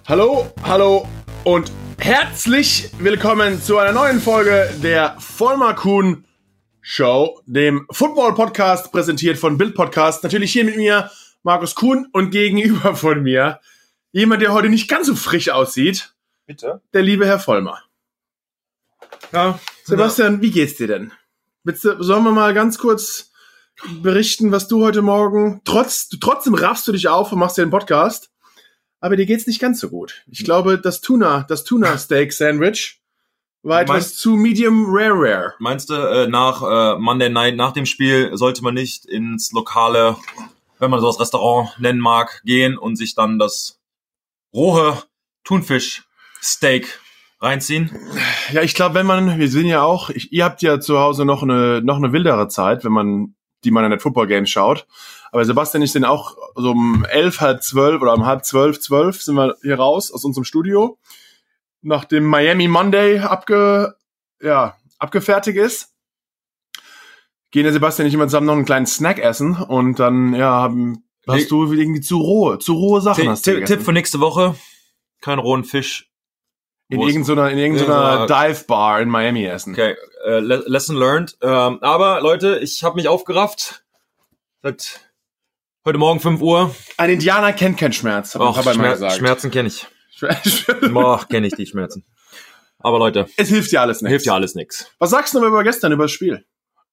Hallo und herzlich willkommen zu einer neuen Folge der Vollmer Kuhn Show, dem Football-Podcast, präsentiert von Bild Podcast. Natürlich hier mit mir, Markus Kuhn, und gegenüber von mir jemand, der heute nicht ganz so frisch aussieht. Bitte? Der liebe Herr Vollmer. Ja, Sebastian, wie geht's dir denn? Sollen wir mal ganz kurz berichten, was du heute Morgen, trotzdem raffst du dich auf und machst dir einen Podcast, aber dir geht's nicht ganz so gut. Ich glaube, das Tuna Steak Sandwich war etwas zu medium rare. Meinst du, nach Monday Night, nach dem Spiel, sollte man nicht ins lokale, wenn man so das Restaurant nennen mag, gehen und sich dann das rohe Thunfisch-Steak reinziehen? Ja, ich glaube, wir sehen ja auch, ihr habt ja zu Hause noch eine wildere Zeit, die man an den Football Games schaut. Aber Sebastian und ich sind auch so um 11, halb 12 oder um 11:30 sind wir hier raus aus unserem Studio, nachdem Miami Monday abgefertigt ist. Gehen der Sebastian und ich immer zusammen noch einen kleinen Snack essen und dann hast du irgendwie zu rohe Sachen. Tipp für nächste Woche: keinen rohen Fisch. In irgendeiner Dive Bar in Miami essen. Okay, lesson learned. Aber Leute, ich habe mich aufgerafft. Seit heute Morgen 5 Uhr. Ein Indianer kennt keinen Schmerz, hat Papa immer gesagt. Schmerzen kenne ich. Kenne ich die Schmerzen. Aber Leute, es hilft dir alles nichts. Was sagst du noch über gestern, über das Spiel?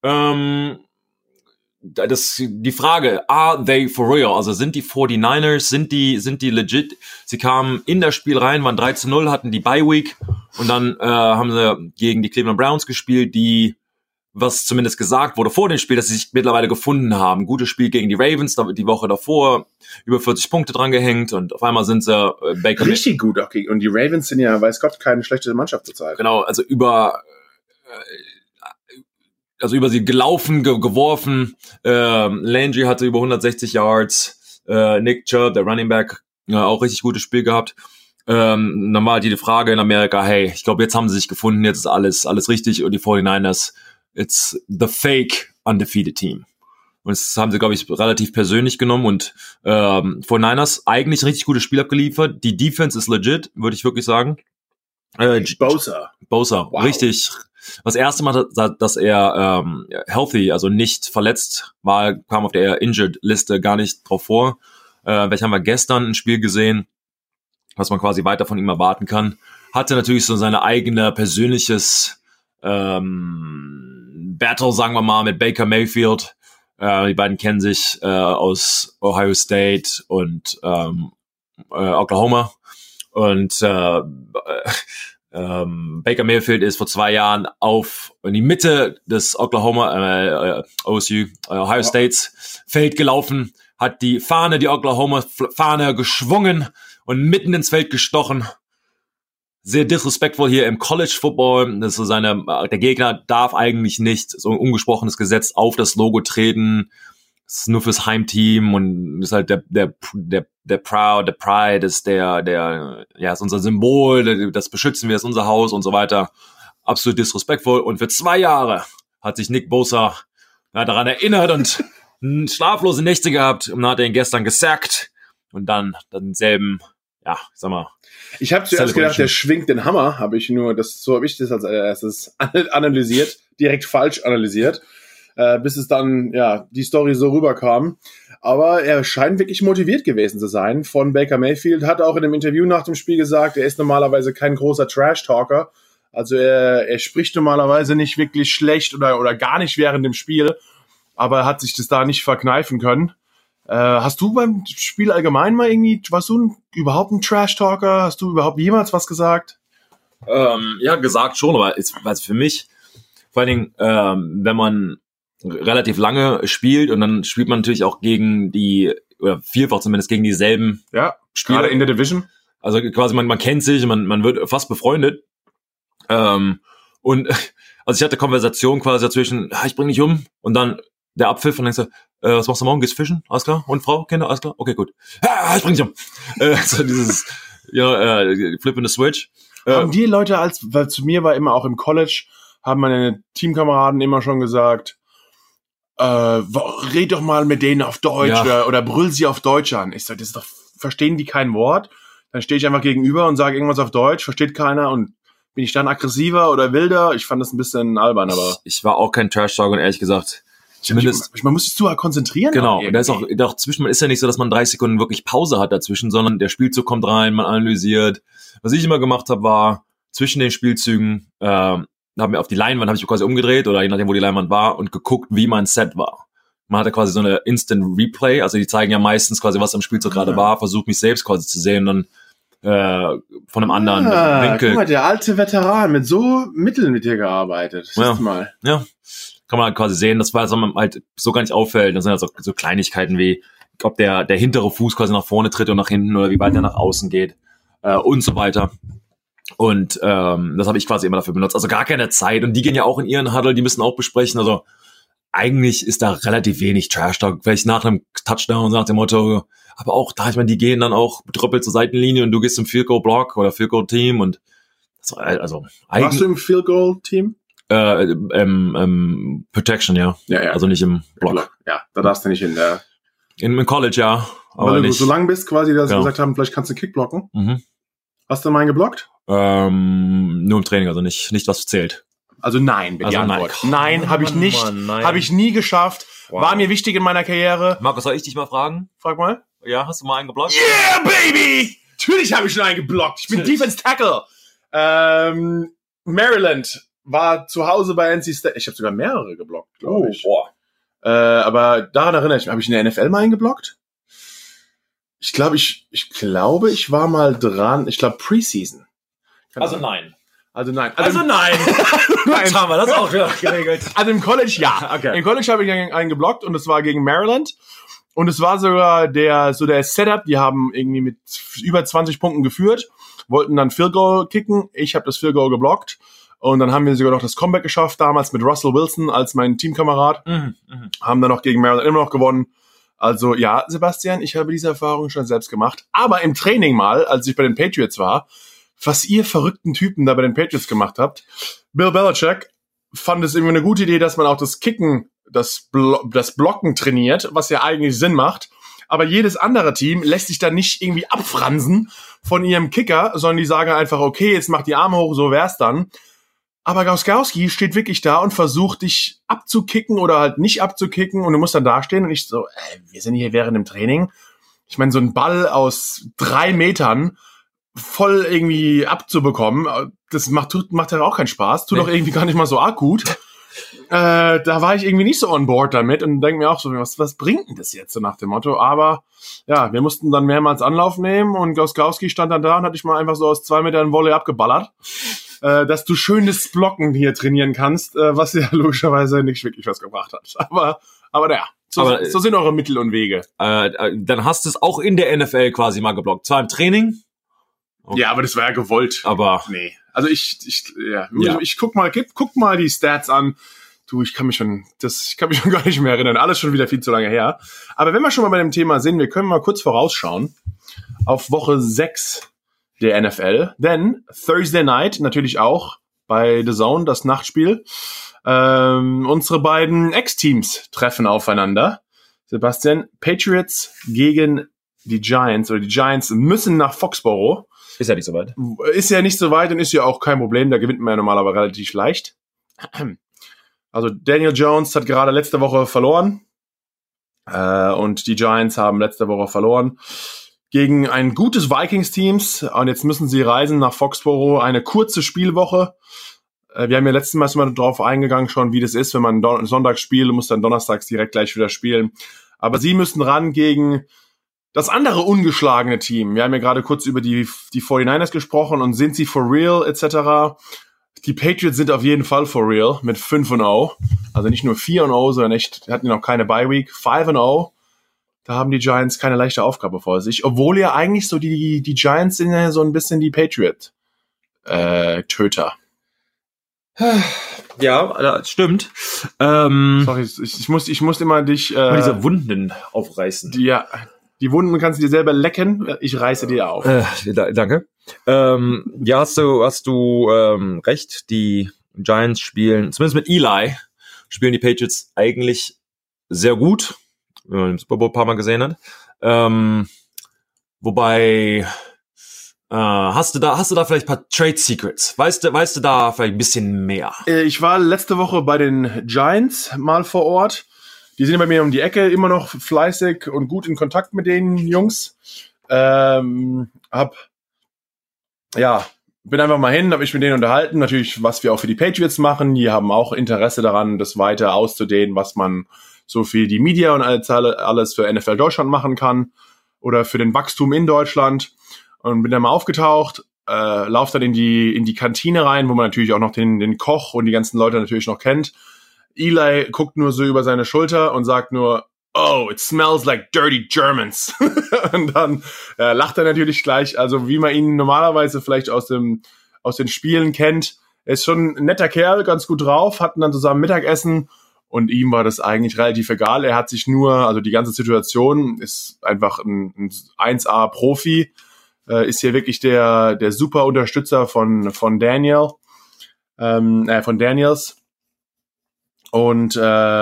Die Frage, are they for real? Also sind die 49ers, sind die legit? Sie kamen in das Spiel rein, waren 3-0, hatten die Bye Week und dann haben sie gegen die Cleveland Browns gespielt, was zumindest gesagt wurde vor dem Spiel, dass sie sich mittlerweile gefunden haben. Gutes Spiel gegen die Ravens, die Woche davor, über 40 Punkte dran gehängt und auf einmal sind sie Baker. Richtig gut, okay. Und die Ravens sind ja, weiß Gott, keine schlechte Mannschaft zurzeit. Genau, also über sie gelaufen, geworfen. Landry hatte über 160 Yards. Nick Chubb, der Running Back, auch richtig gutes Spiel gehabt. Dann war halt die Frage in Amerika, hey, ich glaube, jetzt haben sie sich gefunden, jetzt ist alles richtig. Und die 49ers, it's the fake undefeated team. Und das haben sie, glaube ich, relativ persönlich genommen. Und 49ers eigentlich ein richtig gutes Spiel abgeliefert. Die Defense ist legit, würde ich wirklich sagen. Bosa, wow. Richtig. Das erste Mal, dass er healthy, also nicht verletzt war, kam auf der Injured-Liste gar nicht drauf vor. Welche haben wir gestern ein Spiel gesehen, was man quasi weiter von ihm erwarten kann. Hatte natürlich so seine eigene persönliches Battle, sagen wir mal, mit Baker Mayfield. Die beiden kennen sich aus Ohio State und Oklahoma. Und Baker Mayfield ist vor 2 Jahren in die Mitte des Ohio States Feld gelaufen, hat die Oklahoma-Fahne geschwungen und mitten ins Feld gestochen. Sehr disrespectful hier im College Football. Das ist so der Gegner darf eigentlich nicht, so ein ungesprochenes Gesetz, auf das Logo treten. Das ist nur fürs Heimteam und ist halt der Pride ist ist unser Symbol, das beschützen wir, ist unser Haus und so weiter. Absolut disrespectful. Und für 2 Jahre hat sich Nick Bosa daran erinnert und schlaflose Nächte gehabt und hat ihn gestern gesackt und dann denselben, ich habe zuerst gedacht, der schwingt den Hammer, so habe ich das als erstes analysiert, direkt falsch analysiert. Bis es dann, die Story so rüberkam. Aber er scheint wirklich motiviert gewesen zu sein von Baker Mayfield. Hat auch in einem Interview nach dem Spiel gesagt, er ist normalerweise kein großer Trash-Talker. Also er spricht normalerweise nicht wirklich schlecht oder gar nicht während dem Spiel. Aber er hat sich das da nicht verkneifen können. Hast du beim Spiel allgemein mal warst du überhaupt ein Trash-Talker? Hast du überhaupt jemals was gesagt? Ja, gesagt schon, aber für mich, vor allen Dingen, wenn man relativ lange spielt und dann spielt man natürlich auch gegen oder vielfach zumindest gegen dieselben Spieler in der Division. Also quasi man kennt sich, man wird fast befreundet. Und also ich hatte Konversation quasi dazwischen, ich bring dich um und dann der Abpfiff und dann denkst du, was machst du morgen? Gehst fischen? Alles klar? Und Frau? Kinder? Alles klar? Okay, gut. Ich bring dich um. So dieses Flip in the Switch. Haben die Leute weil zu mir war immer auch im College, haben meine Teamkameraden immer schon gesagt, red doch mal mit denen auf Deutsch oder brüll sie auf Deutsch an. Ich sag, verstehen die kein Wort? Dann stehe ich einfach gegenüber und sage irgendwas auf Deutsch, versteht keiner und bin ich dann aggressiver oder wilder? Ich fand das ein bisschen albern, aber... Ich war auch kein Trash-Talk und ehrlich gesagt... Zumindest, man muss sich zu konzentrieren. Genau, und da ist auch zwischen, man ist ja nicht so, dass man 30 Sekunden wirklich Pause hat dazwischen, sondern der Spielzug kommt rein, man analysiert. Was ich immer gemacht habe, war zwischen den Spielzügen, haben wir auf die Leinwand, habe ich quasi umgedreht oder je nachdem, wo die Leinwand war und geguckt, wie mein Set war. Man hatte quasi so eine Instant Replay, also die zeigen ja meistens quasi, was am Spielzug gerade war, versucht mich selbst quasi zu sehen und dann von einem anderen Winkel. Guck mal, der alte Veteran mit so Mitteln mit dir gearbeitet. Ja. Mal. Ja. Kann man halt quasi sehen, das war halt so gar nicht auffällt. Das sind halt so Kleinigkeiten wie, ob der hintere Fuß quasi nach vorne tritt und nach hinten oder wie weit er nach außen geht und so weiter. Und das habe ich quasi immer dafür benutzt. Also gar keine Zeit. Und die gehen ja auch in ihren Huddle, die müssen auch besprechen. Also eigentlich ist da relativ wenig Trash-Talk. Vielleicht nach einem Touchdown nach dem Motto, aber auch da, ich meine, die gehen dann auch betröppelt zur Seitenlinie und du gehst im Field-Goal-Block oder Field-Goal-Team und also warst du im Field-Goal-Team? Protection, ja. Also nicht im Block. Ja, da darfst du nicht in der... Im College, ja. Aber weil du so lang bist, quasi, dass sie gesagt haben, vielleicht kannst du Kick blocken. Mhm. Hast du meinen geblockt? Nur im Training, also nicht was zählt. Also nein, bin die Antwort. Nein, habe ich nicht. Habe ich nie geschafft. Wow. War mir wichtig in meiner Karriere. Markus, soll ich dich mal fragen? Frag mal. Ja, hast du mal einen geblockt? Yeah, baby! Natürlich habe ich schon einen geblockt. Ich bin Defense Tackle. Maryland war zu Hause bei NC State. Ich habe sogar mehrere geblockt, glaube ich. Boah. Aber daran erinnere ich mich. Habe ich in der NFL mal einen geblockt? Ich glaube, ich war mal dran. Ich glaube, Preseason. Also nein. Also nein. Gut, haben wir das auch geregelt. Also im College, ja. Okay. Im College habe ich einen geblockt und es war gegen Maryland. Und es war sogar der Setup. Die haben irgendwie mit über 20 Punkten geführt, wollten dann Field Goal kicken. Ich habe das Field Goal geblockt. Und dann haben wir sogar noch das Comeback geschafft, damals mit Russell Wilson als mein Teamkamerad. Haben dann noch gegen Maryland immer noch gewonnen. Also ja, Sebastian, ich habe diese Erfahrung schon selbst gemacht. Aber im Training mal, als ich bei den Patriots war, was ihr verrückten Typen da bei den Patriots gemacht habt, Bill Belichick fand es irgendwie eine gute Idee, dass man auch das Kicken, das Blocken trainiert, was ja eigentlich Sinn macht. Aber jedes andere Team lässt sich dann nicht irgendwie abfransen von ihrem Kicker, sondern die sagen einfach, okay, jetzt mach die Arme hoch, so wär's dann. Aber Gauskowski steht wirklich da und versucht, dich abzukicken oder halt nicht abzukicken und du musst dann dastehen und ich so, wir sind hier während dem Training. Ich meine, so ein Ball aus 3 Metern voll irgendwie abzubekommen, das macht ja auch keinen Spaß, tut doch irgendwie gar nicht mal so arg gut. Da war ich irgendwie nicht so on board damit und denke mir auch so, was bringt denn das jetzt so nach dem Motto? Aber ja, wir mussten dann mehrmals Anlauf nehmen und Gauskowski stand dann da und hatte ich mal einfach so aus 2 Metern Volley abgeballert. Dass du schönes Blocken hier trainieren kannst, was ja logischerweise nicht wirklich was gebracht hat. Aber naja, so sind eure Mittel und Wege. Dann hast du es auch in der NFL quasi mal geblockt. Zwar im Training. Okay. Ja, aber das war ja gewollt. Aber nee. Also ich guck mal die Stats an. Du, ich kann mich schon gar nicht mehr erinnern. Alles schon wieder viel zu lange her. Aber wenn wir schon mal bei dem Thema sind, wir können mal kurz vorausschauen auf Woche 6 der NFL, denn Thursday Night natürlich auch bei The Zone, das Nachtspiel. Unsere beiden Ex-Teams treffen aufeinander. Sebastian, Patriots gegen die Giants, oder die Giants müssen nach Foxborough. Ist ja nicht so weit. Ist ja nicht so weit und ist ja auch kein Problem, da gewinnt man ja normalerweise relativ leicht. Also Daniel Jones hat gerade letzte Woche verloren und die Giants haben letzte Woche verloren gegen ein gutes Vikings-Teams und jetzt müssen sie reisen nach Foxborough, eine kurze Spielwoche. Wir haben ja letztes Mal schon mal drauf eingegangen schon, wie das ist, wenn man Sonntag spielt, muss dann donnerstags direkt gleich wieder spielen. Aber sie müssen ran gegen das andere ungeschlagene Team. Wir haben ja gerade kurz über die 49ers gesprochen und sind sie for real etc. Die Patriots sind auf jeden Fall for real mit 5-0. Also nicht nur 4-0, sondern echt, hatten ja noch keine Bye-Week. 5-0. Da haben die Giants keine leichte Aufgabe vor sich. Obwohl ja eigentlich so die Giants sind ja so ein bisschen die Patriot-Töter. Ja, das stimmt. Sorry, ich muss immer dich... diese Wunden aufreißen. Die Wunden kannst du dir selber lecken. Ich reiße dir auf. Danke. Ja, hast du recht. Die Giants spielen, zumindest mit Eli, spielen die Patriots eigentlich sehr gut, wenn man den Super Bowl ein paar Mal gesehen hat. Wobei Hast du da vielleicht ein paar Trade Secrets? Weißt du da vielleicht ein bisschen mehr? Ich war letzte Woche bei den Giants mal vor Ort. Die sind bei mir um die Ecke, immer noch fleißig und gut in Kontakt mit den Jungs. Bin einfach mal hin, habe mich mit denen unterhalten. Natürlich, was wir auch für die Patriots machen. Die haben auch Interesse daran, das weiter auszudehnen, was man so für die Media und alles für NFL Deutschland machen kann oder für den Wachstum in Deutschland. Und bin da mal aufgetaucht, laufe dann in die Kantine rein, wo man natürlich auch noch den Koch und die ganzen Leute natürlich noch kennt. Eli guckt nur so über seine Schulter und sagt nur, "Oh, it smells like dirty Germans." Und dann lacht er natürlich gleich. Also wie man ihn normalerweise vielleicht aus den Spielen kennt. Er ist schon ein netter Kerl, ganz gut drauf, hatten dann zusammen Mittagessen und ihm war das eigentlich relativ egal. Er hat sich nur, also die ganze Situation ist einfach ein 1A-Profi, ist hier wirklich der super Unterstützer von Daniels. Und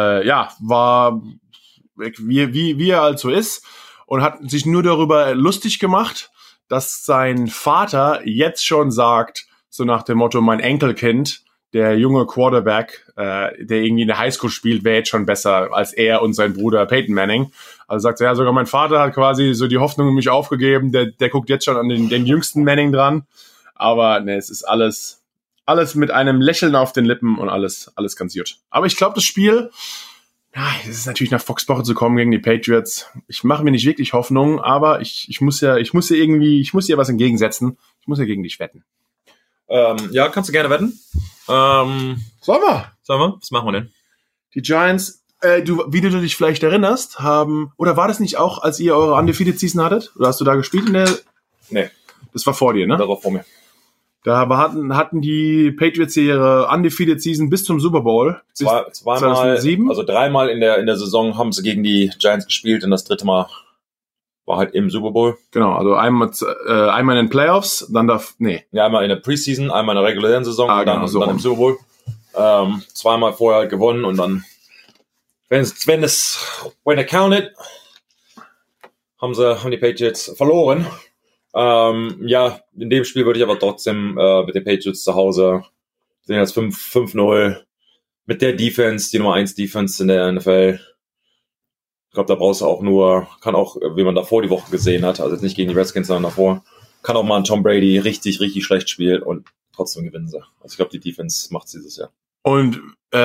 war wie er halt so ist und hat sich nur darüber lustig gemacht, dass sein Vater jetzt schon sagt, so nach dem Motto, mein Enkelkind, der junge Quarterback, der irgendwie in der Highschool spielt, wäre jetzt schon besser als er und sein Bruder Peyton Manning. Also sagt er, ja, sogar mein Vater hat quasi so die Hoffnung in mich aufgegeben, der guckt jetzt schon an den jüngsten Manning dran. Aber ne, es ist alles mit einem Lächeln auf den Lippen und alles ganz gut. Aber ich glaube, das Spiel, es ist natürlich nach Foxborough zu kommen gegen die Patriots. Ich mache mir nicht wirklich Hoffnung, aber ich muss ja was entgegensetzen. Ich muss ja gegen dich wetten. Ja, kannst du gerne wetten. Sollen wir? Was machen wir denn? Die Giants, wie du dich vielleicht erinnerst, oder war das nicht auch, als ihr eure Undefeated Season hattet? Oder hast du da gespielt in der? Nee. Das war vor dir, ne? Das war vor mir. Da hatten die Patriots ihre Undefeated Season bis zum Super Bowl. Zweimal, 2007. Also dreimal in der Saison haben sie gegen die Giants gespielt und das dritte Mal war halt im Super Bowl. Genau, also einmal in den Playoffs, dann Ja, einmal in der Preseason, einmal in der regulären Saison und dann im Super Bowl. Zweimal vorher halt gewonnen und dann, when it counted, haben die Patriots verloren. In dem Spiel würde ich aber trotzdem mit den Patriots zu Hause sehen als 5-0 mit der Defense, die Nummer 1 Defense in der NFL. Ich glaube, da brauchst du kann auch, wie man davor die Woche gesehen hat, also jetzt nicht gegen die Redskins, sondern davor, kann auch mal ein Tom Brady richtig, richtig schlecht spielen und trotzdem gewinnen sie. Also ich glaube, die Defense macht dieses Jahr. Und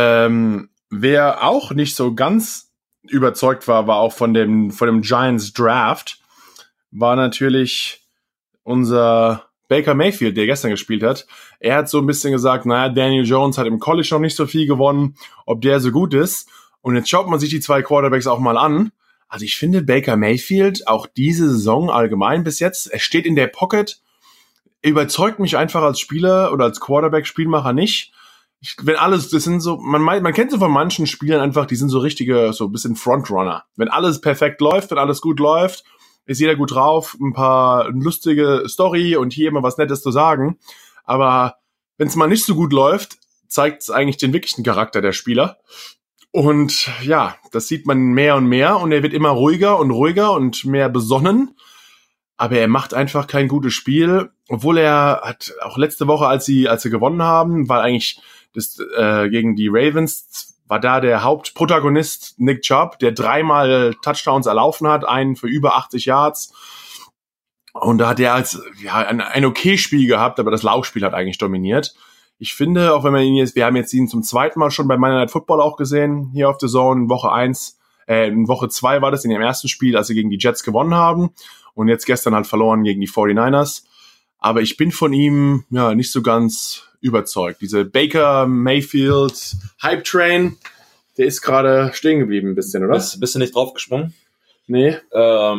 wer auch nicht so ganz überzeugt war auch von dem Giants Draft, war natürlich unser Baker Mayfield, der gestern gespielt hat. Er hat so ein bisschen gesagt, Daniel Jones hat im College noch nicht so viel gewonnen, ob der so gut ist. Und jetzt schaut man sich die zwei Quarterbacks auch mal an. Also ich finde Baker Mayfield, auch diese Saison allgemein bis jetzt, er steht in der Pocket, überzeugt mich einfach als Spieler oder als Quarterback-Spielmacher nicht. Das sind so, man kennt so von manchen Spielern einfach, die sind so richtige, so ein bisschen Frontrunner. Wenn alles perfekt läuft, wenn alles gut läuft, ist jeder gut drauf, ein paar lustige Story und hier immer was Nettes zu sagen. Aber wenn es mal nicht so gut läuft, zeigt es eigentlich den wirklichen Charakter der Spieler. Und ja, das sieht man mehr und mehr und er wird immer ruhiger und mehr besonnen. Aber er macht einfach kein gutes Spiel, obwohl er hat auch letzte Woche, als sie gewonnen haben, war eigentlich das gegen die Ravens, war da der Hauptprotagonist Nick Chubb, der 3-mal Touchdowns erlaufen hat, einen für über 80 Yards. Und da hat er ein okay Spiel gehabt, aber das Laufspiel hat eigentlich dominiert. Ich finde, auch wenn man wir haben ihn zum zweiten Mal schon bei Monday Night Football auch gesehen, hier auf The Zone, in Woche 2 war das in dem ersten Spiel, als sie gegen die Jets gewonnen haben. Und jetzt gestern halt verloren gegen die 49ers. Aber ich bin von ihm nicht so ganz überzeugt. Diese Baker Mayfield Hype Train, der ist gerade stehen geblieben ein bisschen, oder? Bist du nicht draufgesprungen? Nee. Für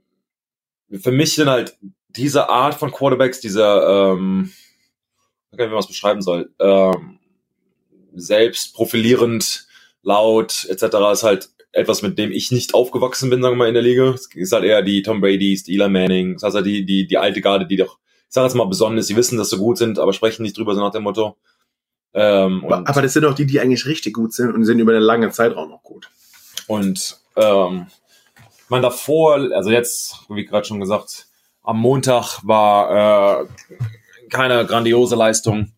mich sind halt diese Art von Quarterbacks, ich weiß nicht, wie man es beschreiben soll, selbst profilierend, laut, etc. ist halt etwas, mit dem ich nicht aufgewachsen bin, sagen wir mal, in der Liga. Es ist halt eher die Tom Bradys, die Eli Manning, das heißt halt die alte Garde, die doch, ich sag jetzt mal, besonnen ist, die wissen, dass sie gut sind, aber sprechen nicht drüber, so nach dem Motto. Aber das sind auch die eigentlich richtig gut sind und sind über einen langen Zeitraum noch gut. Und man davor, also jetzt, wie gerade schon gesagt, am Montag war keine grandiose Leistung.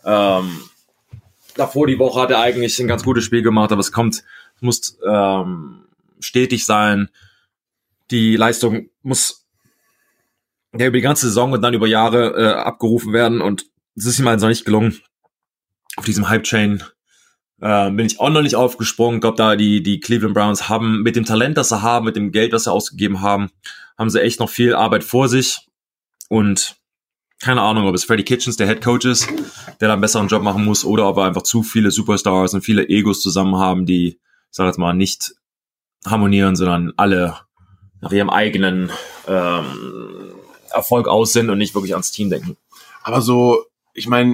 Davor die Woche hat er eigentlich ein ganz gutes Spiel gemacht, aber es muss stetig sein. Die Leistung muss über die ganze Saison und dann über Jahre abgerufen werden und es ist ihm also nicht gelungen. Auf diesem Hype-Chain bin ich auch noch nicht aufgesprungen. Ich glaube, da die Cleveland Browns haben mit dem Talent, das sie haben, mit dem Geld, das sie ausgegeben haben sie echt noch viel Arbeit vor sich. Und keine Ahnung, ob es Freddie Kitchens, der Head Coach ist, der da einen besseren Job machen muss, oder ob wir einfach zu viele Superstars und viele Egos zusammen haben, die, ich sag jetzt mal, nicht harmonieren, sondern alle nach ihrem eigenen Erfolg aus sind und nicht wirklich ans Team denken. Aber so, ich meine,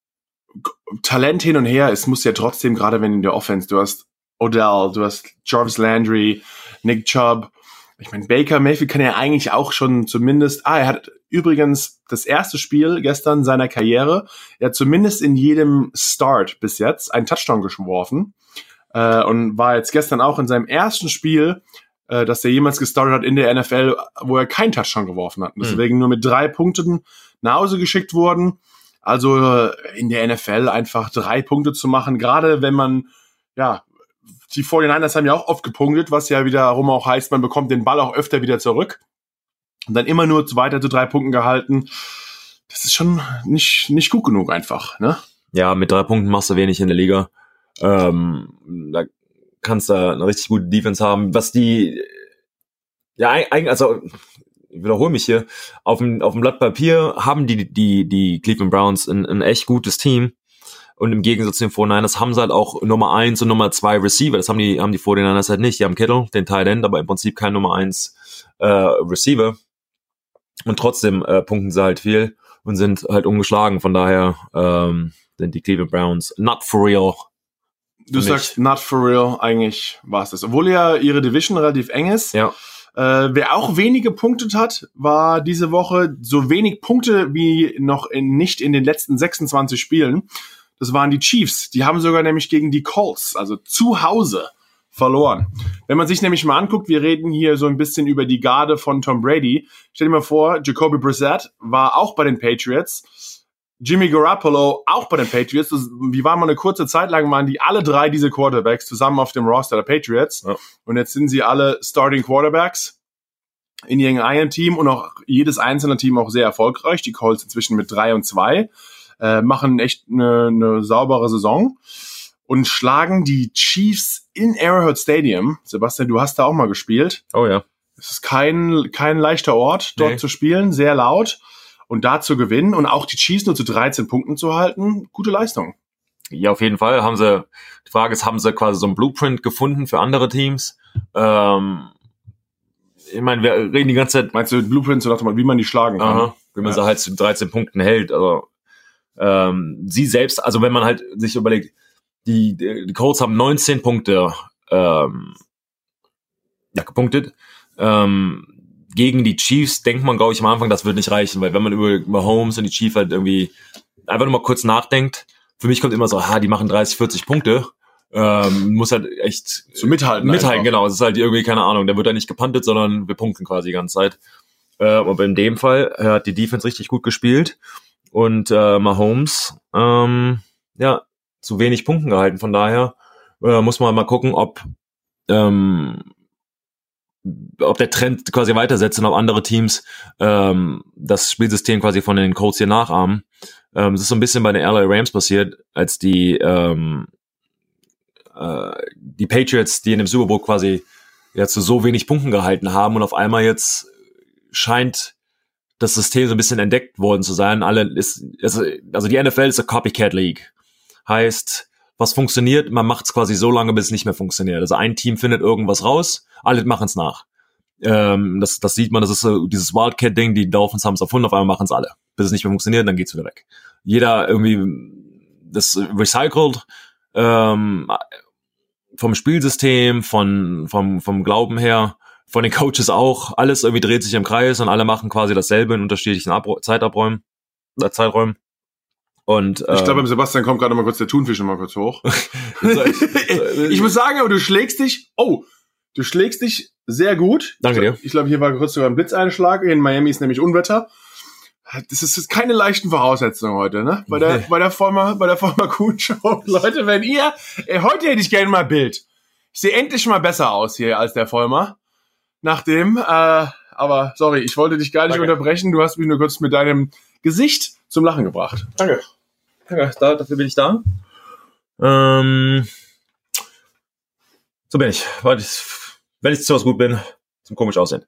Talent hin und her, es muss ja trotzdem, gerade wenn in der Offense, du hast Odell, du hast Jarvis Landry, Nick Chubb, ich meine, Baker Mayfield kann ja eigentlich auch schon zumindest, er hat übrigens das erste Spiel gestern seiner Karriere, er hat zumindest in jedem Start bis jetzt einen Touchdown geworfen und war jetzt gestern auch in seinem ersten Spiel, das er jemals gestartet hat in der NFL, wo er keinen Touchdown geworfen hat. Deswegen nur mit 3 Punkten nach Hause geschickt worden. Also in der NFL einfach 3 Punkte zu machen, gerade wenn man, ja, die 49ers haben ja auch oft gepunktet, was ja wiederum auch heißt, man bekommt den Ball auch öfter wieder zurück und dann immer nur weiter zu 3 Punkten gehalten. Das ist schon nicht gut genug einfach, ne? Ja, mit 3 Punkten machst du wenig in der Liga. Da kannst du eine richtig gute Defense haben. Was die, ja, eigentlich, also ich wiederhole mich hier, auf dem Blatt Papier haben die Cleveland Browns ein echt gutes Team. Und im Gegensatz zu den 49ers haben sie halt auch Nummer 1 und Nummer 2 Receiver. Das haben die 49ers halt nicht. Die haben Kittle, den Tight End, aber im Prinzip kein Nummer 1 Receiver. Und trotzdem punkten sie halt viel und sind halt ungeschlagen. Von daher sind die Cleveland Browns not for real. Du sagst not for real, eigentlich war es das. Obwohl ja ihre Division relativ eng ist. Ja. Wer auch wenig gepunktet hat, war diese Woche so wenig Punkte wie noch nicht in den letzten 26 Spielen. Das waren die Chiefs. Die haben sogar nämlich gegen die Colts, also zu Hause, verloren. Wenn man sich nämlich mal anguckt, wir reden hier so ein bisschen über die Garde von Tom Brady. Stell dir mal vor, Jacoby Brissett war auch bei den Patriots. Jimmy Garoppolo auch bei den Patriots. Die waren mal eine kurze Zeit lang, waren die alle 3 diese Quarterbacks zusammen auf dem Roster der Patriots. Ja. Und jetzt sind sie alle Starting Quarterbacks in ihrem eigenen Team und auch jedes einzelne Team auch sehr erfolgreich. Die Colts inzwischen mit 3-2, machen echt eine saubere Saison und schlagen die Chiefs in Arrowhead Stadium. Sebastian, du hast da auch mal gespielt. Oh ja. Es ist kein leichter Ort, dort zu spielen, sehr laut. Und da zu gewinnen und auch die Chiefs nur zu 13 Punkten zu halten, gute Leistung. Ja, auf jeden Fall. Die Frage ist, haben sie quasi so ein Blueprint gefunden für andere Teams? Ich meine, wir reden die ganze Zeit... Meinst du Blueprint, so wie man die schlagen kann? Aha, wenn man sie halt zu 13 Punkten hält. Also sie selbst, also wenn man halt sich überlegt, die Colts haben 19 Punkte gepunktet. Gegen die Chiefs denkt man, glaube ich, am Anfang, das wird nicht reichen, weil wenn man über Mahomes und die Chiefs halt irgendwie einfach nur mal kurz nachdenkt, für mich kommt immer so, die machen 30, 40 Punkte, muss halt echt so mithalten, genau, es ist halt irgendwie, keine Ahnung, da wird er nicht gepuntet, sondern wir punkten quasi die ganze Zeit. Aber in dem Fall hat die Defense richtig gut gespielt und Mahomes, zu wenig Punkten gehalten, von daher muss man mal gucken, ob der Trend quasi weitersetzt und ob andere Teams das Spielsystem quasi von den Colts hier nachahmen. Es ist so ein bisschen bei den LA Rams passiert, als die Patriots, die in dem Super Bowl quasi zu so wenig Punkten gehalten haben und auf einmal jetzt scheint das System so ein bisschen entdeckt worden zu sein. Also die NFL ist eine Copycat League. Heißt, was funktioniert, man macht es quasi so lange, bis es nicht mehr funktioniert. Also ein Team findet irgendwas raus, alle machen es nach. Das sieht man, das ist so dieses Wildcat-Ding, die Dolphins haben es erfunden, auf einmal machen es alle. Bis es nicht mehr funktioniert, dann geht's wieder weg. Jeder irgendwie das recycelt vom Spielsystem, vom Glauben her, von den Coaches auch. Alles irgendwie dreht sich im Kreis und alle machen quasi dasselbe in unterschiedlichen Zeiträumen. Und, ich glaube, beim Sebastian kommt gerade mal kurz der Thunfisch noch mal kurz hoch. Ich muss sagen, aber du schlägst dich. Oh, Du schlägst dich sehr gut. Danke dir. Ich glaube, hier war kurz sogar ein Blitzeinschlag. In Miami ist nämlich Unwetter. Das ist keine leichten Voraussetzungen heute, ne? Bei der Vollmer Kuhn Show. Leute, heute hätte ich gerne mal Bild. Ich sehe endlich mal besser aus hier als der Vollmer. Aber sorry, ich wollte dich gar nicht unterbrechen. Du hast mich nur kurz mit deinem Gesicht zum Lachen gebracht. Danke. Dafür bin ich da. So bin ich. Wenn ich zu was gut bin, zum komisch aussehen.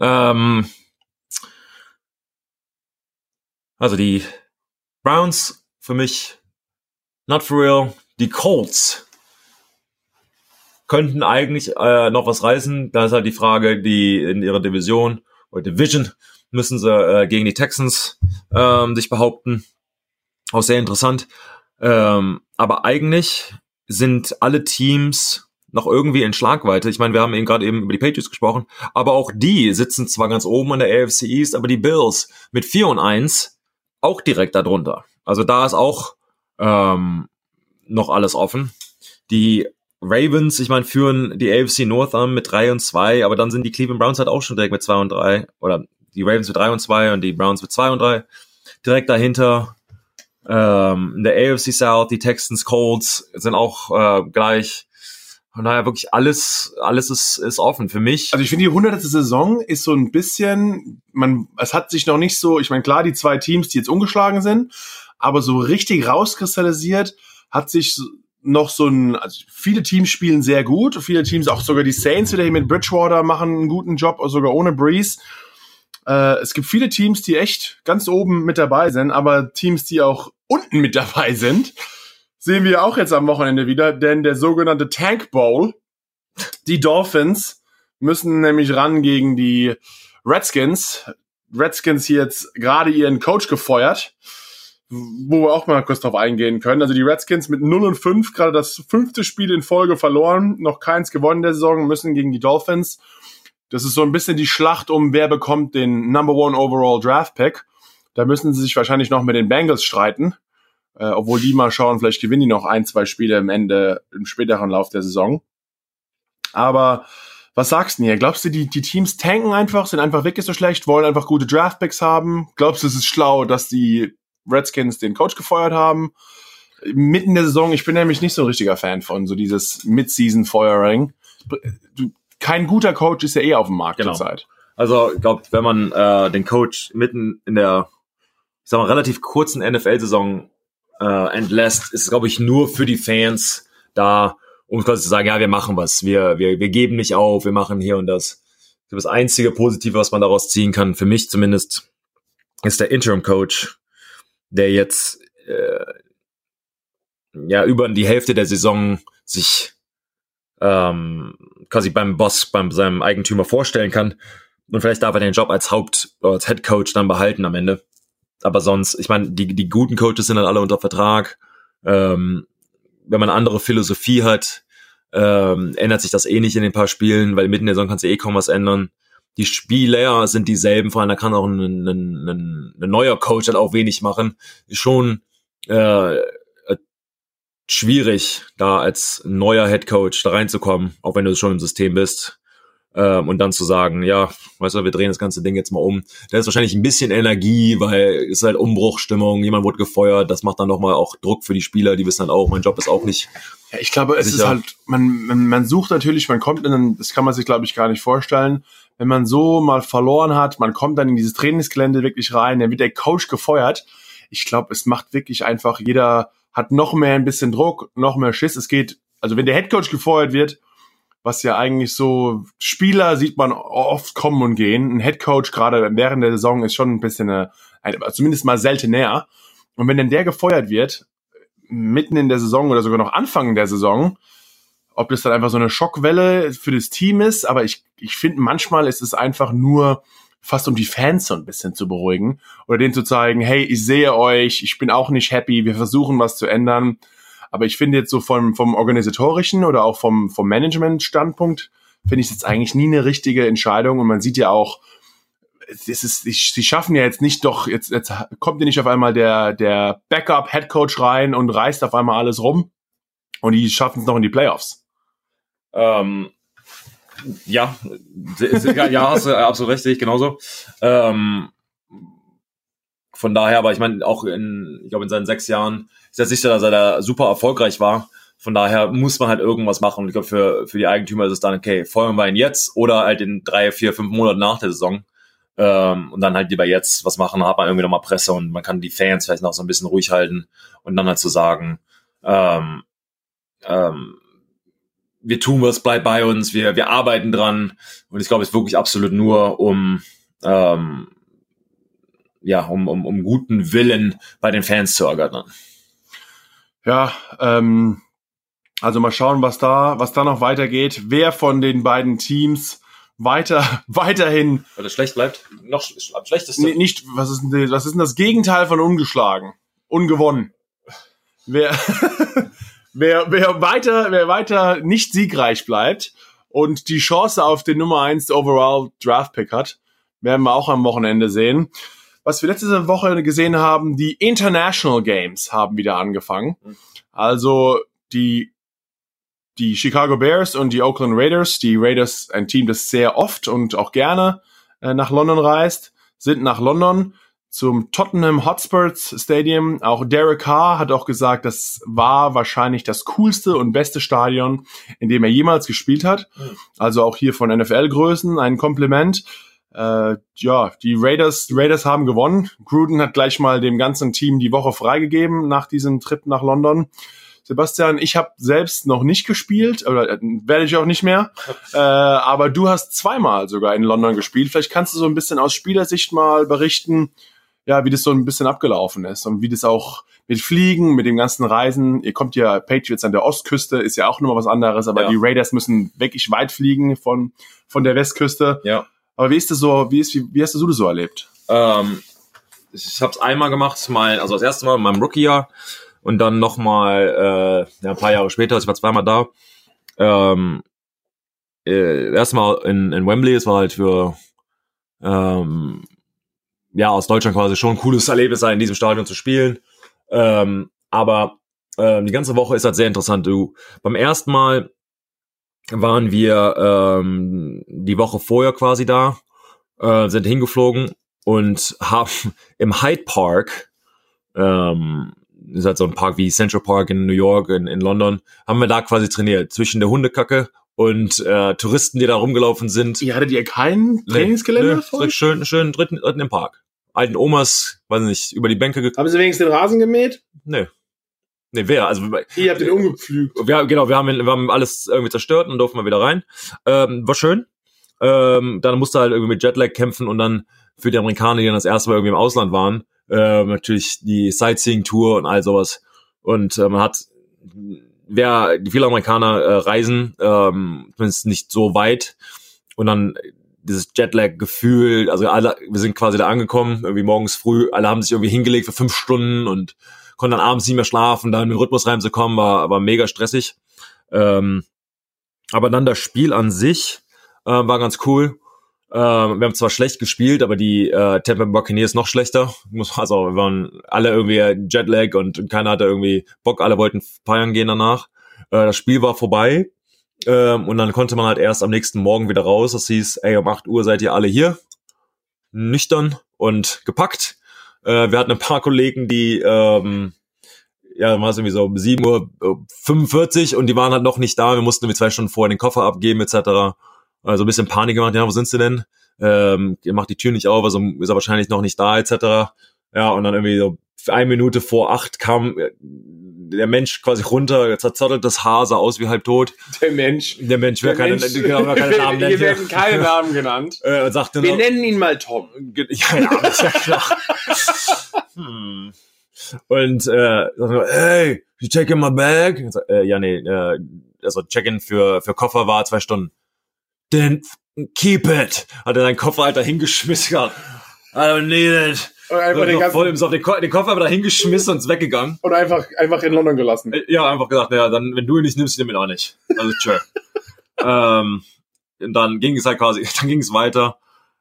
Also die Browns für mich not for real. Die Colts könnten eigentlich noch was reißen. Da ist halt die Frage, die in ihrer Division oder Division müssen sie gegen die Texans sich behaupten. Auch sehr interessant. Aber eigentlich sind alle Teams noch irgendwie in Schlagweite. Ich meine, wir haben gerade eben über die Patriots gesprochen, aber auch die sitzen zwar ganz oben an der AFC East, aber die Bills mit 4-1 auch direkt darunter. Also da ist auch noch alles offen. Die Ravens, ich meine, führen die AFC North an mit 3-2, aber dann sind die Cleveland Browns halt auch schon direkt mit 2-3 oder die Ravens mit 3-2 und die Browns mit 2-3. Direkt dahinter in der AFC South, die Texans, Colts sind auch gleich. Von daher wirklich alles ist offen für mich. Also ich finde, die 100. Saison ist so ein bisschen, es hat sich noch nicht so, ich meine, klar, die zwei Teams, die jetzt ungeschlagen sind, aber so richtig rauskristallisiert hat sich noch also viele Teams spielen sehr gut, viele Teams, auch sogar die Saints wieder hier mit Bridgewater machen einen guten Job, sogar ohne Breeze. Es gibt viele Teams, die echt ganz oben mit dabei sind, aber Teams, die auch unten mit dabei sind, sehen wir auch jetzt am Wochenende wieder, denn der sogenannte Tank Bowl, die Dolphins müssen nämlich ran gegen die Redskins. Redskins hier jetzt gerade ihren Coach gefeuert, wo wir auch mal kurz drauf eingehen können. Also die Redskins mit 0-5, gerade das 5. Spiel in Folge verloren, noch keins gewonnen in der Saison, müssen gegen die Dolphins. Das ist so ein bisschen die Schlacht um, wer bekommt den Number 1 Overall Draft Pick. Da müssen sie sich wahrscheinlich noch mit den Bengals streiten. Obwohl die mal schauen, vielleicht gewinnen die noch 1-2 Spiele im späteren Lauf der Saison. Aber was sagst du hier? Glaubst du, die Teams tanken einfach, sind einfach wirklich so schlecht, wollen einfach gute Draftpicks haben? Glaubst du, es ist schlau, dass die Redskins den Coach gefeuert haben? Mitten in der Saison, ich bin nämlich nicht so ein richtiger Fan von so dieses Mid-Season-Firing. Kein guter Coach ist ja eh auf dem Markt zurzeit. Also ich glaube, wenn man den Coach mitten in der, ich sag mal, relativ kurzen NFL-Saison entlässt, ist es, glaube ich, nur für die Fans da, um quasi zu sagen, ja, wir machen was, wir geben nicht auf, wir machen hier und das. Das einzige Positive, was man daraus ziehen kann, für mich zumindest, ist der Interim-Coach, der jetzt über die Hälfte der Saison sich quasi beim Boss, beim seinem Eigentümer vorstellen kann. Und vielleicht darf er den Job als als Head Coach dann behalten am Ende. Aber sonst, ich meine, die guten Coaches sind dann alle unter Vertrag. Wenn man eine andere Philosophie hat, ändert sich das eh nicht in den paar Spielen, weil mitten in der Saison kannst du eh kaum was ändern. Die Spieler sind dieselben, vor allem da kann auch ein neuer Coach dann auch wenig machen. Ist schon schwierig, da als neuer Head Coach da reinzukommen, auch wenn du schon im System bist. Und dann zu sagen, ja, weißt du, wir drehen das ganze Ding jetzt mal um. Da ist wahrscheinlich ein bisschen Energie, weil es ist halt Umbruchstimmung, jemand wurde gefeuert, das macht dann nochmal auch Druck für die Spieler, die wissen dann auch, mein Job ist auch nicht. Ja, ich glaube, es ist halt, man sucht natürlich, man kommt das kann man sich, glaube ich, gar nicht vorstellen, wenn man so mal verloren hat, man kommt dann in dieses Trainingsgelände wirklich rein, dann wird der Coach gefeuert. Ich glaube, es macht wirklich einfach, jeder hat noch mehr ein bisschen Druck, noch mehr Schiss. Es geht, also wenn der Headcoach gefeuert wird, was ja eigentlich so, Spieler sieht man oft kommen und gehen. Ein Headcoach gerade während der Saison ist schon ein bisschen zumindest mal seltener. Und wenn dann der gefeuert wird, mitten in der Saison oder sogar noch Anfang der Saison, ob das dann einfach so eine Schockwelle für das Team ist, aber ich finde, manchmal ist es einfach nur fast um die Fans so ein bisschen zu beruhigen oder denen zu zeigen, hey, ich sehe euch, ich bin auch nicht happy, wir versuchen was zu ändern. Aber ich finde jetzt so vom organisatorischen oder auch vom Management-Standpunkt finde ich es jetzt eigentlich nie eine richtige Entscheidung. Und man sieht ja auch, sie schaffen ja jetzt nicht doch, jetzt kommt ja nicht auf einmal der Backup-Headcoach rein und reißt auf einmal alles rum. Und die schaffen es noch in die Playoffs. Ja, ja, hast du absolut recht, sehe ich genauso. Von daher, aber ich meine, auch ich glaube, in seinen 6 Jahren ist er sicher, dass er da super erfolgreich war. Von daher muss man halt irgendwas machen. Und ich glaube, für die Eigentümer ist es dann, okay, feuern wir ihn jetzt oder halt in 3, 4, 5 Monaten nach der Saison. Und dann halt lieber jetzt was machen, dann hat man irgendwie nochmal Presse und man kann die Fans vielleicht noch so ein bisschen ruhig halten und dann halt zu sagen, wir tun was, bleib bei uns, wir arbeiten dran. Und ich glaube, es ist wirklich absolut nur um guten Willen bei den Fans zu ergattern. Ja, also mal schauen, was da noch weitergeht. Wer von den beiden Teams weiterhin, weil das schlecht bleibt, noch am schlechtesten. Nicht, was ist denn das Gegenteil von ungeschlagen? Ungewonnen. Wer weiter nicht siegreich bleibt und die Chance auf den Nummer 1 Overall Draft Pick hat, werden wir auch am Wochenende sehen. Was wir letzte Woche gesehen haben, die International Games haben wieder angefangen. Also die Chicago Bears und die Oakland Raiders, die Raiders, ein Team, das sehr oft und auch gerne nach London reist, sind nach London zum Tottenham Hotspurs Stadium. Auch Derek Carr hat auch gesagt, das war wahrscheinlich das coolste und beste Stadion, in dem er jemals gespielt hat. Also auch hier von NFL-Größen ein Kompliment. Die Raiders haben gewonnen. Gruden hat gleich mal dem ganzen Team die Woche freigegeben nach diesem Trip nach London. Sebastian, ich habe selbst noch nicht gespielt, oder werde ich auch nicht mehr, aber du hast zweimal sogar in London gespielt. Vielleicht kannst du so ein bisschen aus Spielersicht mal berichten, ja, wie das so ein bisschen abgelaufen ist und wie das auch mit Fliegen, mit dem ganzen Reisen, ihr kommt ja, Patriots an der Ostküste, ist ja auch nochmal was anderes, aber die Raiders müssen wirklich weit fliegen von der Westküste. Ja. Aber wie ist das so, wie hast du das so erlebt? Ich habe es einmal gemacht, also das erste Mal in meinem Rookie-Jahr. Und dann nochmal, ein paar Jahre später, ich war zweimal da. Erstmal in Wembley, es war halt für, aus Deutschland quasi schon ein cooles Erlebnis sein, in diesem Stadion zu spielen. Aber die ganze Woche ist halt sehr interessant. Beim ersten Mal waren wir die Woche vorher quasi da, sind hingeflogen und haben im Hyde Park, ist halt so ein Park wie Central Park in New York, in London, haben wir da quasi trainiert, zwischen der Hundekacke und Touristen, die da rumgelaufen sind. Ihr hattet kein Trainingsgelände? Schön dritten im Park. Alten Omas, weiß nicht, über die Bänke gekommen. Haben sie wenigstens den Rasen gemäht? Nee, wer? Also ihr habt den umgepflügt. Wir haben alles irgendwie zerstört und durften mal wieder rein. War schön. Dann musste halt irgendwie mit Jetlag kämpfen und dann für die Amerikaner, die dann das erste Mal irgendwie im Ausland waren, natürlich die Sightseeing-Tour und all sowas. Und man hat, viele Amerikaner reisen, zumindest nicht so weit. Und dann dieses Jetlag-Gefühl, also wir sind quasi da angekommen, irgendwie morgens früh, alle haben sich irgendwie hingelegt für 5 Stunden und konnten dann abends nicht mehr schlafen, da in den Rhythmus reinzukommen, war mega stressig. Aber dann das Spiel an sich war ganz cool. Wir haben zwar schlecht gespielt, aber die Tampa Bay Buccaneers noch schlechter. Also wir waren alle irgendwie Jetlag und keiner hatte irgendwie Bock, alle wollten feiern gehen danach. Das Spiel war vorbei und dann konnte man halt erst am nächsten Morgen wieder raus. Das hieß, um 8 Uhr seid ihr alle hier, nüchtern und gepackt. Wir hatten ein paar Kollegen, die war es irgendwie so 7:45 Uhr und die waren halt noch nicht da. Wir mussten irgendwie 2 Stunden vorher den Koffer abgeben etc. Also ein bisschen Panik gemacht, ja, wo sind sie denn? Ihr macht die Tür nicht auf, also ist er wahrscheinlich noch nicht da, etc. Ja, und dann irgendwie so 1 Minute vor 8 kam der Mensch quasi runter, zerzotteltes Haar, sah aus wie halb tot. Der Mensch, wer keine Namen nennt. Hier werden keine Namen genannt. Und sagte wir nennen ihn mal Tom. Ja, ist ja klar. Und hey, you check in my bag? Also Check-in für Koffer war 2 Stunden. Then keep it. Hat er seinen Koffer halt da hingeschmissen. I don't need it. Und einfach den Koffer da hingeschmissen und ist weggegangen. Und einfach in London gelassen. Ja, einfach gesagt, naja, dann, wenn du ihn nicht nimmst, ich nehme ihn auch nicht. Also, tschö. Und dann ging es weiter.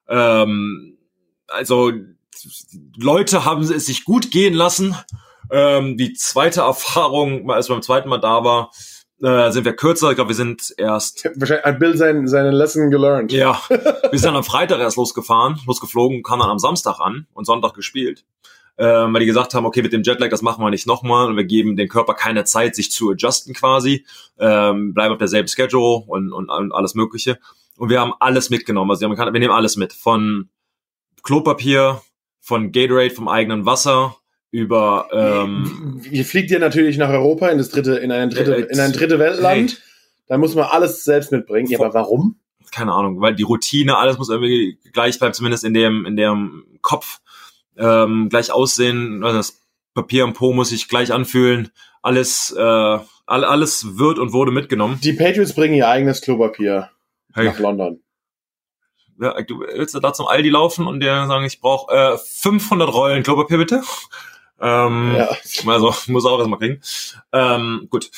Also, Leute haben es sich gut gehen lassen. Die zweite Erfahrung, als ich beim zweiten Mal da war, sind wir kürzer. Ich glaube, wir sind erst... Wahrscheinlich hat Bill seine Lesson gelernt. Ja, wir sind am Freitag erst losgeflogen, kamen dann am Samstag an und Sonntag gespielt. Weil die gesagt haben, okay, mit dem Jetlag, das machen wir nicht nochmal und wir geben dem Körper keine Zeit, sich zu adjusten quasi, bleiben auf derselben Schedule und alles Mögliche. Und wir haben alles mitgenommen. Also wir nehmen alles mit. Von Klopapier, von Gatorade, vom eigenen Wasser, über... Ihr fliegt ihr natürlich nach Europa in ein dritte Weltland. Hey. Da muss man alles selbst mitbringen. Ja, aber warum? Keine Ahnung, weil die Routine, alles muss irgendwie gleich bleiben, zumindest in dem Kopf. Gleich aussehen, also das Papier am Po muss sich gleich anfühlen, alles wird und wurde mitgenommen. Die Patriots bringen ihr eigenes Klopapier nach London. Ja, du willst da zum Aldi laufen und dir sagen, ich brauche 500 Rollen Klopapier, bitte? Ja. Also, muss auch erstmal kriegen. Gut.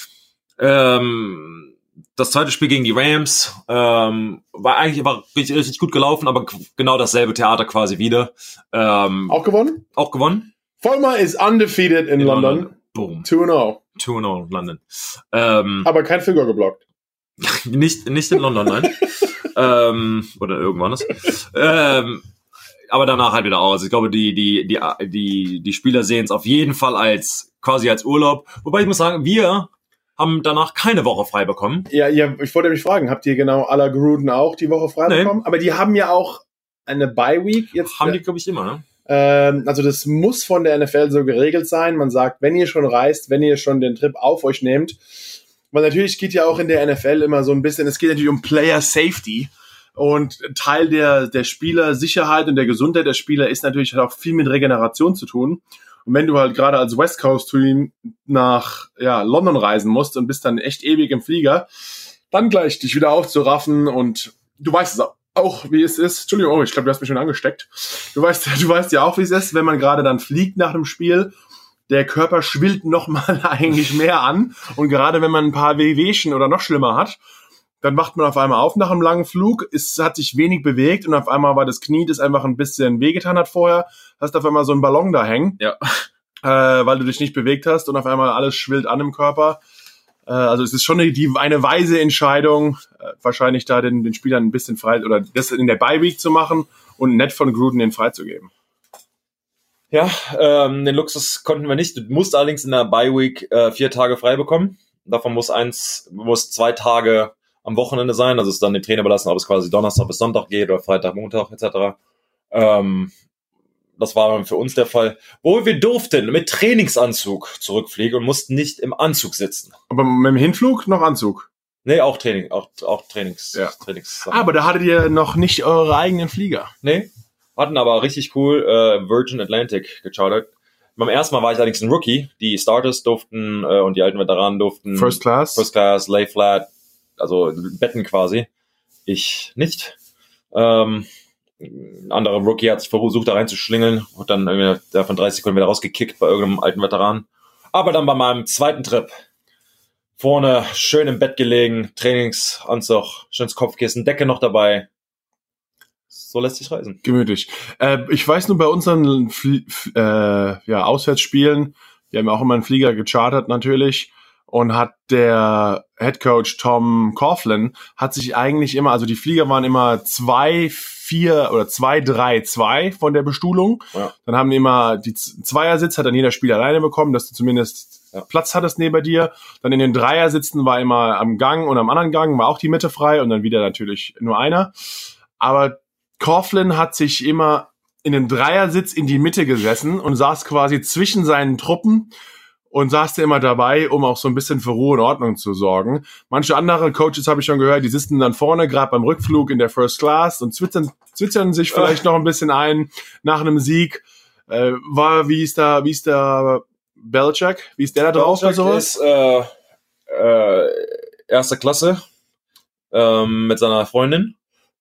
Das zweite Spiel gegen die Rams war richtig gut gelaufen, aber genau dasselbe Theater quasi wieder. Auch gewonnen? Auch gewonnen. Vollmer is undefeated in London. Boom. 2-0. 2-0 London. Aber kein Figur geblockt. nicht in London, nein. Oder irgendwann ist. Aber danach halt wieder aus. Ich glaube, die Spieler sehen es auf jeden Fall als Urlaub. Wobei ich muss sagen, wir haben danach keine Woche frei bekommen. Ja, ich wollte mich fragen, habt ihr genau à la Gruden auch die Woche frei bekommen? Aber die haben ja auch eine Bye-Week jetzt. Haben die, glaube ich, immer, ne? Also das muss von der NFL so geregelt sein. Man sagt, wenn ihr schon reist, wenn ihr schon den Trip auf euch nehmt, weil natürlich geht ja auch in der NFL immer so ein bisschen, es geht natürlich um Player Safety und Teil der Spielersicherheit und der Gesundheit der Spieler ist natürlich auch viel mit Regeneration zu tun. Und wenn du halt gerade als West Coast Team nach London reisen musst und bist dann echt ewig im Flieger, dann gleich dich wieder aufzuraffen und du weißt es auch, wie es ist. Entschuldigung, ich glaube, du hast mich schon angesteckt. Du weißt ja auch, wie es ist, wenn man gerade dann fliegt nach dem Spiel. Der Körper schwillt nochmal eigentlich mehr an. Und gerade wenn man ein paar Wehwehchen oder noch schlimmer hat, dann wacht man auf einmal auf nach einem langen Flug. Es hat sich wenig bewegt und auf einmal war das Knie, das einfach ein bisschen wehgetan hat vorher. Hast auf einmal so einen Ballon da hängen, weil du dich nicht bewegt hast und auf einmal alles schwillt an im Körper. Also es ist schon eine weise Entscheidung, wahrscheinlich da den Spielern ein bisschen frei oder das in der Bye-Week zu machen und nett von Gruden den freizugeben. Ja, den Luxus konnten wir nicht. Du musst allerdings in der Bye-Week 4 Tage frei bekommen. Davon muss 2 Tage am Wochenende sein. Also es ist dann dem Trainer überlassen, ob es quasi Donnerstag bis Sonntag geht oder Freitag, Montag etc. Das war dann für uns der Fall. Wo wir durften mit Trainingsanzug zurückfliegen und mussten nicht im Anzug sitzen. Aber mit dem Hinflug noch Anzug? Nee, auch Trainings. Ja. Aber da hattet ihr noch nicht eure eigenen Flieger? Nee, hatten aber richtig cool Virgin Atlantic gechartert. Beim ersten Mal war ich allerdings ein Rookie. Die Starters durften und die alten Veteranen durften First Class, Lay Flat, also Betten quasi. Ich nicht. Ein anderer Rookie hat sich versucht, da reinzuschlingeln und dann irgendwie von 30 Sekunden wieder rausgekickt bei irgendeinem alten Veteran. Aber dann bei meinem zweiten Trip vorne schön im Bett gelegen, Trainingsanzug, schönes Kopfkissen, Decke noch dabei. So lässt sich reisen. Gemütlich. Ich weiß nur, bei unseren Auswärtsspielen, wir haben auch immer einen Flieger gechartert natürlich, und hat der Headcoach Tom Coughlin hat sich eigentlich immer, also die Flieger waren immer 2-4 oder 2-3-2 von der Bestuhlung. Ja. Dann haben die immer die Zweiersitz, hat dann jeder Spieler alleine bekommen, dass du zumindest Platz hattest neben dir. Dann in den Dreiersitzen war immer am Gang und am anderen Gang war auch die Mitte frei und dann wieder natürlich nur einer. Aber Coughlin hat sich immer in den Dreiersitz in die Mitte gesessen und saß quasi zwischen seinen Truppen und saß da immer dabei, um auch so ein bisschen für Ruhe und Ordnung zu sorgen. Manche andere Coaches habe ich schon gehört, die sitzen dann vorne, gerade beim Rückflug in der First Class und zwitschern sich vielleicht noch ein bisschen ein nach einem Sieg. Wie ist der Belichick? Wie ist der da drauf bei sowas? Ist erste Klasse mit seiner Freundin.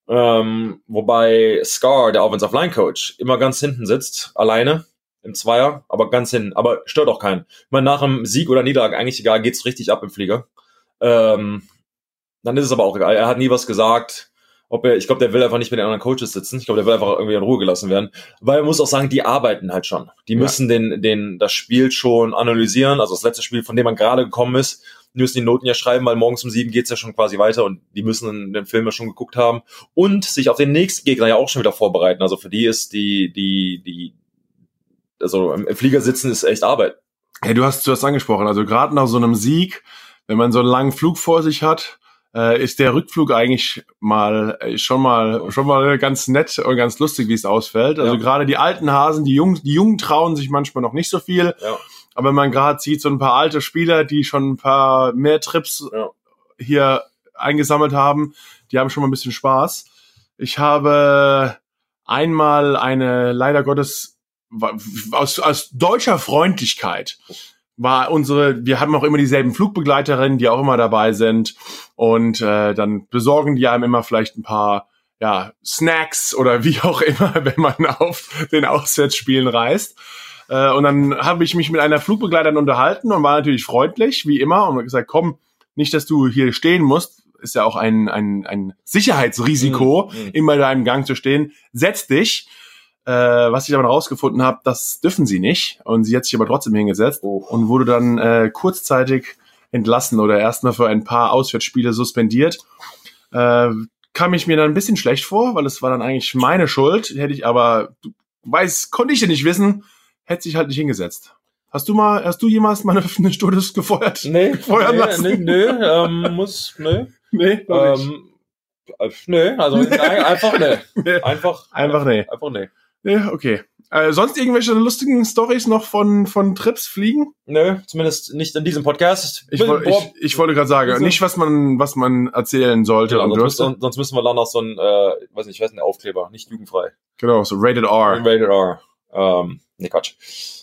Wobei Scar, der Offensive Line Coach, immer ganz hinten sitzt, alleine. Im Zweier, aber ganz hin, aber stört auch keinen. Ich meine, nach einem Sieg oder Niederlage, eigentlich egal, geht's richtig ab im Flieger. Dann ist es aber auch egal. Er hat nie was gesagt. Ich glaube, der will einfach nicht mit den anderen Coaches sitzen. Ich glaube, der will einfach irgendwie in Ruhe gelassen werden. Weil man muss auch sagen, die arbeiten halt schon. Die müssen das Spiel schon analysieren. Also das letzte Spiel, von dem man gerade gekommen ist, die müssen die Noten ja schreiben, weil morgens um 7 geht's ja schon quasi weiter und die müssen den Film ja schon geguckt haben und sich auf den nächsten Gegner ja auch schon wieder vorbereiten. Also für die ist also im Flieger sitzen ist echt Arbeit. Hey, du hast angesprochen, also gerade nach so einem Sieg, wenn man so einen langen Flug vor sich hat, ist der Rückflug eigentlich schon mal ganz nett und ganz lustig, wie es ausfällt. Also gerade die alten Hasen, die Jungen trauen sich manchmal noch nicht so viel. Ja. Aber wenn man gerade sieht, so ein paar alte Spieler, die schon ein paar mehr Trips hier eingesammelt haben, die haben schon mal ein bisschen Spaß. Ich habe einmal leider Gottes, aus deutscher Freundlichkeit wir haben auch immer dieselben Flugbegleiterinnen, die auch immer dabei sind und dann besorgen die einem immer vielleicht ein paar Snacks oder wie auch immer, wenn man auf den Auswärtsspielen reist. Und dann habe ich mich mit einer Flugbegleiterin unterhalten und war natürlich freundlich, wie immer, und gesagt, komm, nicht, dass du hier stehen musst, ist ja auch ein Sicherheitsrisiko, immer da im Gang zu stehen, setz dich. Was ich aber rausgefunden habe, das dürfen sie nicht. Und sie hat sich aber trotzdem hingesetzt und wurde dann kurzzeitig entlassen oder erstmal für ein paar Auswärtsspiele suspendiert. Kam ich mir dann ein bisschen schlecht vor, weil es war dann eigentlich meine Schuld. Konnte ich ja nicht wissen, hätte sich halt nicht hingesetzt. Hast du jemals mal eine Stunde gefeuert? Nee, lassen? Nee, also einfach nee. Einfach nee. Ja, okay. Sonst irgendwelche lustigen Storys noch von Trips fliegen? Nö, zumindest nicht in diesem Podcast. Ich wollte gerade sagen, nicht was man erzählen sollte. Genau, sonst müssen wir dann noch so ein, weiß nicht, Aufkleber, nicht jugendfrei. Genau, so Rated R. Rated R. Nee, Quatsch.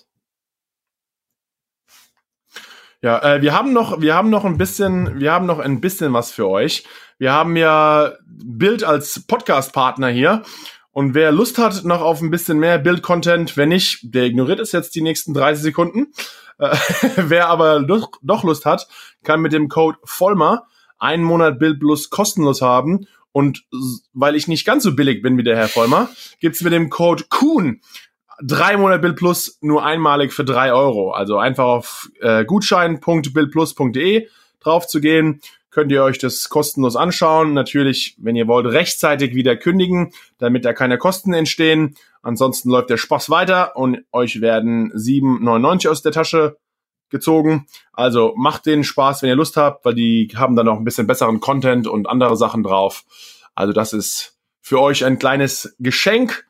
Ja, wir haben noch ein bisschen was für euch. Wir haben ja Bild als Podcast-Partner hier. Und wer Lust hat noch auf ein bisschen mehr Bild-Content, wenn nicht, der ignoriert es jetzt die nächsten 30 Sekunden. Wer aber doch Lust hat, kann mit dem Code Vollmer 1 Monat Bild Plus kostenlos haben. Und weil ich nicht ganz so billig bin wie der Herr Vollmer, gibt's mit dem Code Kuhn 3 Monate Bild Plus nur einmalig für 3 Euro. Also einfach auf gutschein.bildplus.de drauf zu gehen. Könnt ihr euch das kostenlos anschauen. Natürlich, wenn ihr wollt, rechtzeitig wieder kündigen, damit da keine Kosten entstehen. Ansonsten läuft der Spaß weiter und euch werden 7,99 aus der Tasche gezogen. Also macht den Spaß, wenn ihr Lust habt, weil die haben dann noch ein bisschen besseren Content und andere Sachen drauf. Also das ist für euch ein kleines Geschenk.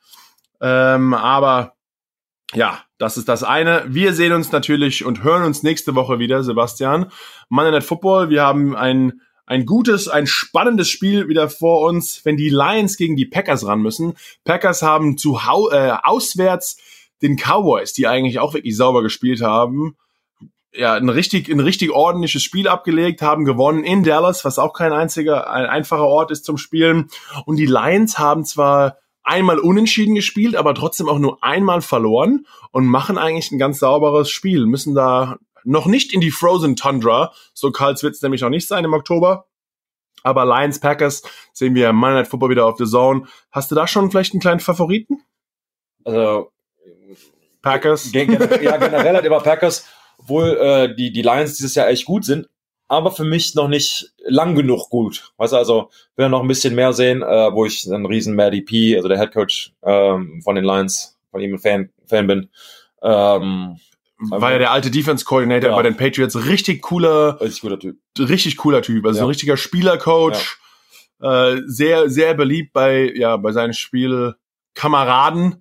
Aber ja, das ist das eine. Wir sehen uns natürlich und hören uns nächste Woche wieder, Sebastian. Monday Night Football. Wir haben ein spannendes Spiel wieder vor uns, wenn die Lions gegen die Packers ran müssen. Packers haben auswärts den Cowboys, die eigentlich auch wirklich sauber gespielt haben, ja, ein richtig ordentliches Spiel abgelegt, haben gewonnen in Dallas, was auch ein einfacher Ort ist zum Spielen. Und die Lions haben zwar einmal unentschieden gespielt, aber trotzdem auch nur einmal verloren und machen eigentlich ein ganz sauberes Spiel. Müssen da noch nicht in die Frozen Tundra, so kalt wird es nämlich noch nicht sein im Oktober. Aber Lions Packers sehen wir Monday Night Football wieder auf The Zone. Hast du da schon vielleicht einen kleinen Favoriten? Also Packers? Generell halt immer Packers, obwohl die Lions dieses Jahr echt gut sind. Aber für mich noch nicht lang genug gut. Weißt du, also will ja noch ein bisschen mehr sehen, wo ich ein riesen Matty P, also der Headcoach von den Lions, von ihm ein Fan bin. War ja der alte Defense Coordinator bei den Patriots. Richtig cooler Typ. Also ein richtiger Spielercoach. Ja. Sehr, sehr beliebt bei seinen Spielkameraden,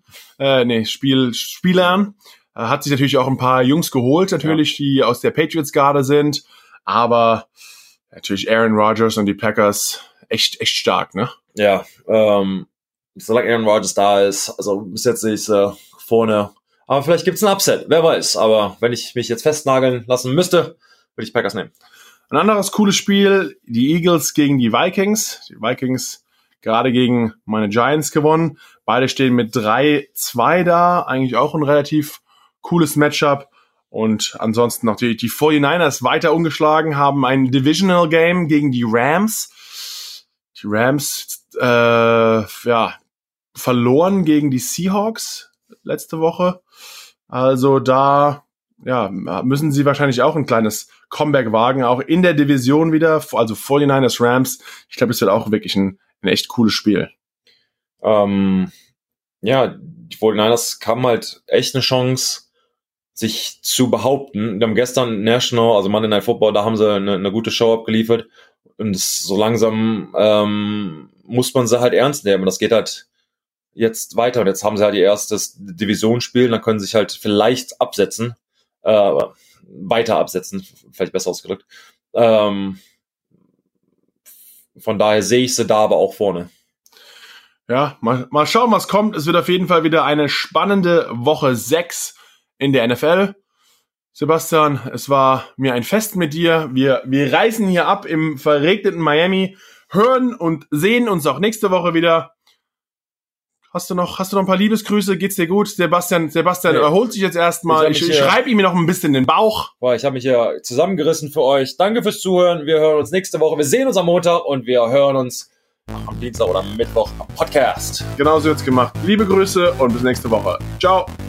Spielern. Hat sich natürlich auch ein paar Jungs geholt, die aus der Patriots-Garde sind. Aber natürlich Aaron Rodgers und die Packers echt stark, ne? Ja, solange Aaron Rodgers da ist, also bis jetzt sehe ich vorne. Aber vielleicht gibt's einen Upset, wer weiß. Aber wenn ich mich jetzt festnageln lassen müsste, würde ich Packers nehmen. Ein anderes cooles Spiel, die Eagles gegen die Vikings. Die Vikings gerade gegen meine Giants gewonnen. Beide stehen mit 3-2 da. Eigentlich auch ein relativ cooles Matchup. Und ansonsten noch die 49ers weiter ungeschlagen, haben ein Divisional Game gegen die Rams. Die Rams verloren gegen die Seahawks letzte Woche. Also da ja, müssen sie wahrscheinlich auch ein kleines Comeback wagen, auch in der Division wieder, also 49ers Rams. Ich glaube, es wird auch wirklich ein echt cooles Spiel. Ja, die 49ers haben halt echt eine Chance, sich zu behaupten. Wir haben gestern National, also Monday Night Football, da haben sie eine gute Show abgeliefert. Und so langsam muss man sie halt ernst nehmen. Das geht halt jetzt weiter. Und jetzt haben sie halt ihr erstes Divisionsspiel. Dann können sie sich halt vielleicht absetzen. Weiter absetzen, vielleicht besser ausgedrückt. Von daher sehe ich sie da aber auch vorne. Ja, mal schauen, was kommt. Es wird auf jeden Fall wieder eine spannende Woche 6 in der NFL. Sebastian, es war mir ein Fest mit dir. Wir reisen hier ab im verregneten Miami, hören und sehen uns auch nächste Woche wieder. Hast du noch ein paar Liebesgrüße? Geht's dir gut? Sebastian erholt sich jetzt erstmal. Ich schreibe ihm noch ein bisschen den Bauch. Boah, ich habe mich ja zusammengerissen für euch. Danke fürs Zuhören. Wir hören uns nächste Woche. Wir sehen uns am Montag und wir hören uns am Dienstag oder Mittwoch am Podcast. Genauso wird's gemacht. Liebe Grüße und bis nächste Woche. Ciao.